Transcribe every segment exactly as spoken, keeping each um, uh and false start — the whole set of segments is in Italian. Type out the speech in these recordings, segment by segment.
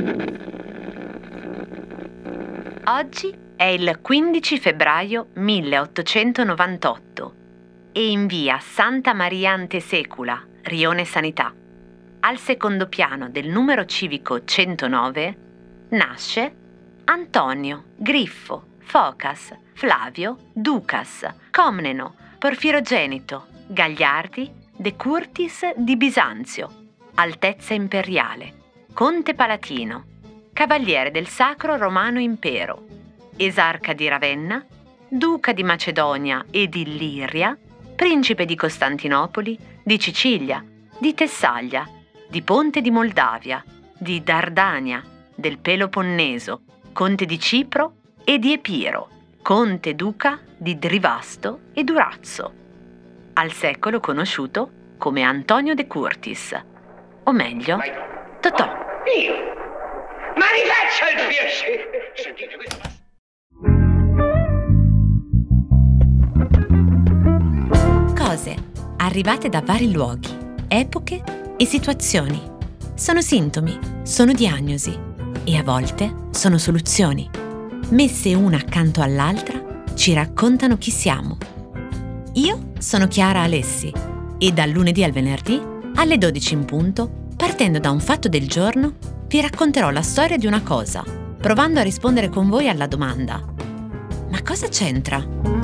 Oggi è il quindici febbraio milleottocentonovantotto e in via Santa Maria Antesecula, Rione Sanità, al secondo piano del numero civico centonove, nasce Antonio Griffo Focas Flavio Ducas Comneno Porfirogenito Gagliardi de Curtis di Bisanzio, Altezza Imperiale, Conte Palatino, Cavaliere del Sacro Romano Impero, Esarca di Ravenna, Duca di Macedonia e di Illiria, Principe di Costantinopoli, di Sicilia, di Tessaglia, di Ponte di Moldavia, di Dardania, del Peloponneso, Conte di Cipro e di Epiro, Conte Duca di Drivasto e Durazzo, al secolo conosciuto come Antonio de Curtis, o meglio, Totò. Io? Ma rifaccia il piacere! Sentite questo. Cose arrivate da vari luoghi, epoche e situazioni. Sono sintomi, sono diagnosi e a volte sono soluzioni. Messe una accanto all'altra, ci raccontano chi siamo. Io sono Chiara Alessi e dal lunedì al venerdì, alle dodici in punto, partendo da un fatto del giorno, vi racconterò la storia di una cosa, provando a rispondere con voi alla domanda: ma cosa c'entra?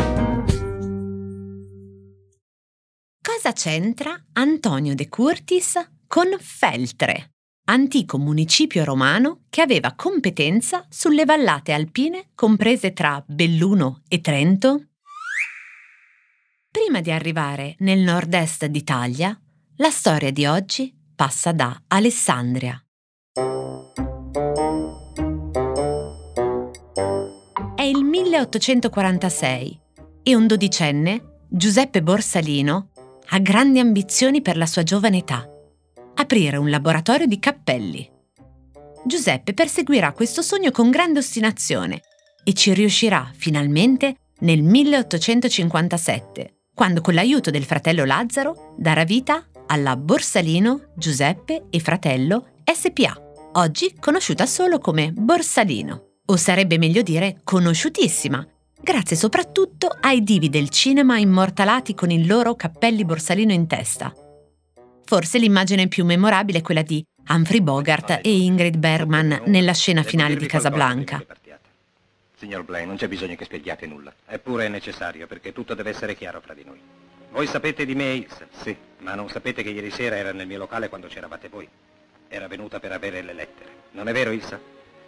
Cosa c'entra Antonio de Curtis con Feltre, antico municipio romano che aveva competenza sulle vallate alpine comprese tra Belluno e Trento? Prima di arrivare nel nord-est d'Italia, la storia di oggi passa da Alessandria. È il milleottocentoquarantasei e un dodicenne, Giuseppe Borsalino, ha grandi ambizioni per la sua giovane età: aprire un laboratorio di cappelli. Giuseppe perseguirà questo sogno con grande ostinazione e ci riuscirà finalmente nel milleottocentocinquantasette, quando con l'aiuto del fratello Lazzaro darà vita alla Borsalino Giuseppe e Fratello S P A, oggi conosciuta solo come Borsalino, o sarebbe meglio dire conosciutissima, grazie soprattutto ai divi del cinema immortalati con i loro cappelli Borsalino in testa. Forse l'immagine più memorabile è quella di Humphrey Bogart e Ingrid Bergman nella scena finale di Casablanca. Signor Blaine, non c'è bisogno che spieghiate nulla. Eppure è necessario, perché tutto deve essere chiaro fra di noi. Voi sapete di me, Ilse? Sì. Ma non sapete che ieri sera era nel mio locale quando c'eravate voi. Era venuta per avere le lettere. Non è vero, Ilse?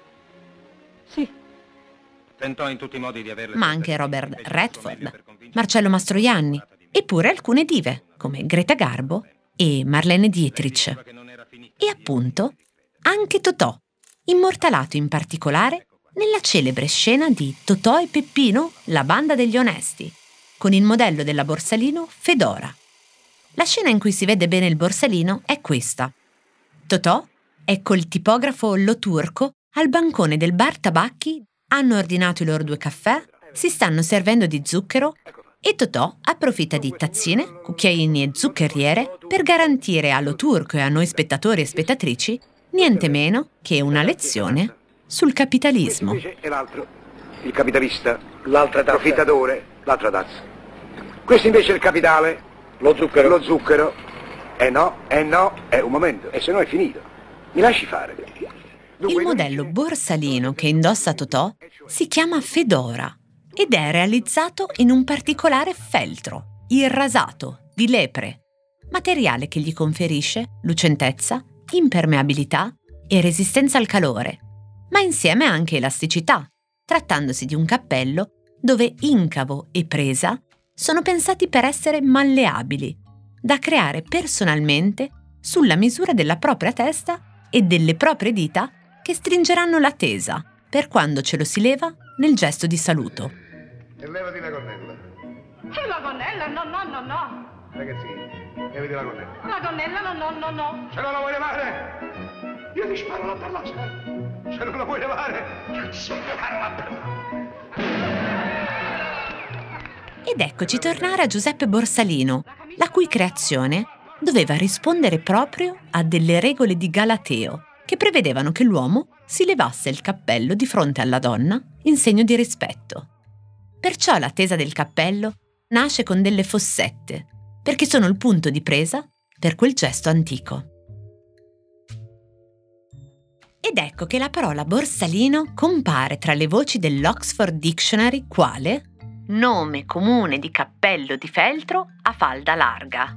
Sì. Tentò in tutti i modi di averle... Ma anche Robert Redford, Marcello Mastroianni, eppure alcune dive, come Greta Garbo e Marlene Dietrich. E appunto, anche Totò, immortalato in particolare nella celebre scena di Totò e Peppino, la banda degli onesti, con il modello della Borsalino Fedora. La scena in cui si vede bene il Borsalino è questa. Totò è col tipografo Lo Turco al bancone del bar tabacchi, hanno ordinato i loro due caffè, si stanno servendo di zucchero e Totò approfitta di tazzine, cucchiaini e zuccheriere per garantire allo Turco e a noi spettatori e spettatrici niente meno che una lezione sul capitalismo. Questo invece è l'altro, il capitalista, l'altro approfittatore, l'altra tazza. Questo invece è il capitale, lo zucchero. Lo zucchero. Eh no, eh no, è un momento, e se no è finito. Mi lasci fare. Il modello Borsalino che indossa Totò si chiama Fedora ed è realizzato in un particolare feltro, irrasato, di lepre, materiale che gli conferisce lucentezza, impermeabilità e resistenza al calore, ma insieme anche elasticità, trattandosi di un cappello dove incavo e presa sono pensati per essere malleabili, da creare personalmente sulla misura della propria testa e delle proprie dita che stringeranno la tesa per quando ce lo si leva nel gesto di saluto. E levati la gonnella. Che la gonnella? No, no, no, no. Ragazzini, levati la gonnella. La gonnella? No, no, no, no. Se non la vuoi levare, io ti sparo la perlaccia. Se non la vuoi levare, io ti sparo la perlaccia. Ed eccoci tornare a Giuseppe Borsalino, la cui creazione doveva rispondere proprio a delle regole di Galateo, che prevedevano che l'uomo si levasse il cappello di fronte alla donna in segno di rispetto. Perciò la tesa del cappello nasce con delle fossette, perché sono il punto di presa per quel gesto antico. Ed ecco che la parola borsalino compare tra le voci dell'Oxford Dictionary quale nome comune di cappello di feltro a falda larga.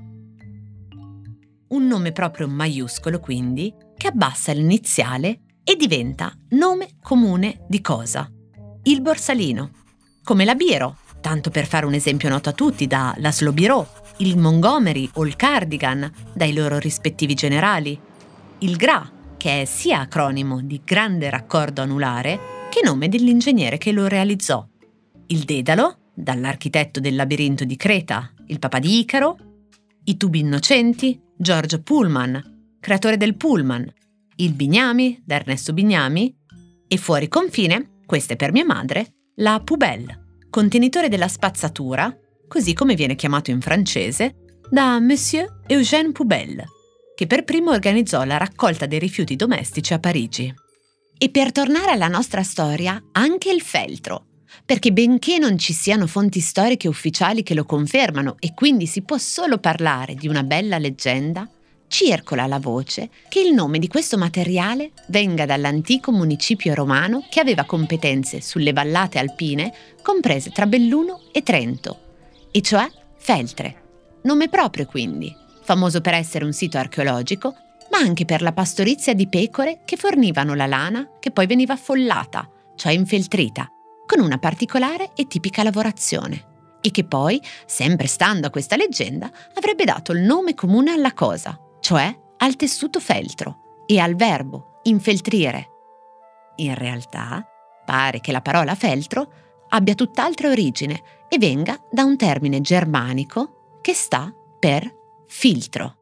Un nome proprio maiuscolo, quindi, che abbassa l'iniziale e diventa nome comune di cosa? Il borsalino. Come la biro, tanto per fare un esempio noto a tutti, da Laszlo Biró, il Montgomery o il Cardigan, dai loro rispettivi generali. Il G R A, che è sia acronimo di Grande Raccordo Anulare che nome dell'ingegnere che lo realizzò. Il Dedalo, dall'architetto del labirinto di Creta, il papà di Icaro. I tubi innocenti, George Pullman, creatore del Pullman. Il Bignami, da Ernesto Bignami. E fuori confine, questa è per mia madre, la poubelle, contenitore della spazzatura, così come viene chiamato in francese, da Monsieur Eugène Poubelle, che per primo organizzò la raccolta dei rifiuti domestici a Parigi. E per tornare alla nostra storia, anche il feltro, perché benché non ci siano fonti storiche ufficiali che lo confermano e quindi si può solo parlare di una bella leggenda, circola la voce che il nome di questo materiale venga dall'antico municipio romano che aveva competenze sulle vallate alpine comprese tra Belluno e Trento, e cioè Feltre, nome proprio quindi, famoso per essere un sito archeologico, ma anche per la pastorizia di pecore che fornivano la lana che poi veniva affollata, cioè infeltrita, con una particolare e tipica lavorazione, e che poi, sempre stando a questa leggenda, avrebbe dato il nome comune alla cosa, cioè al tessuto feltro e al verbo infeltrire. In realtà, pare che la parola feltro abbia tutt'altra origine e venga da un termine germanico che sta per filtro.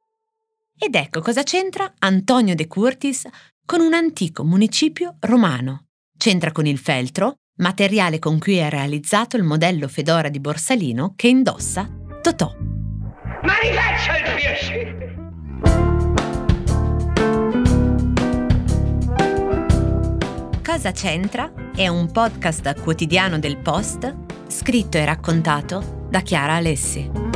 Ed ecco cosa c'entra Antonio de Curtis con un antico municipio romano. C'entra con il feltro, materiale con cui è realizzato il modello fedora di borsalino che indossa Totò. Ma rifaccia il piacere! Cosa c'entra? È un podcast quotidiano del Post, scritto e raccontato da Chiara Alessi.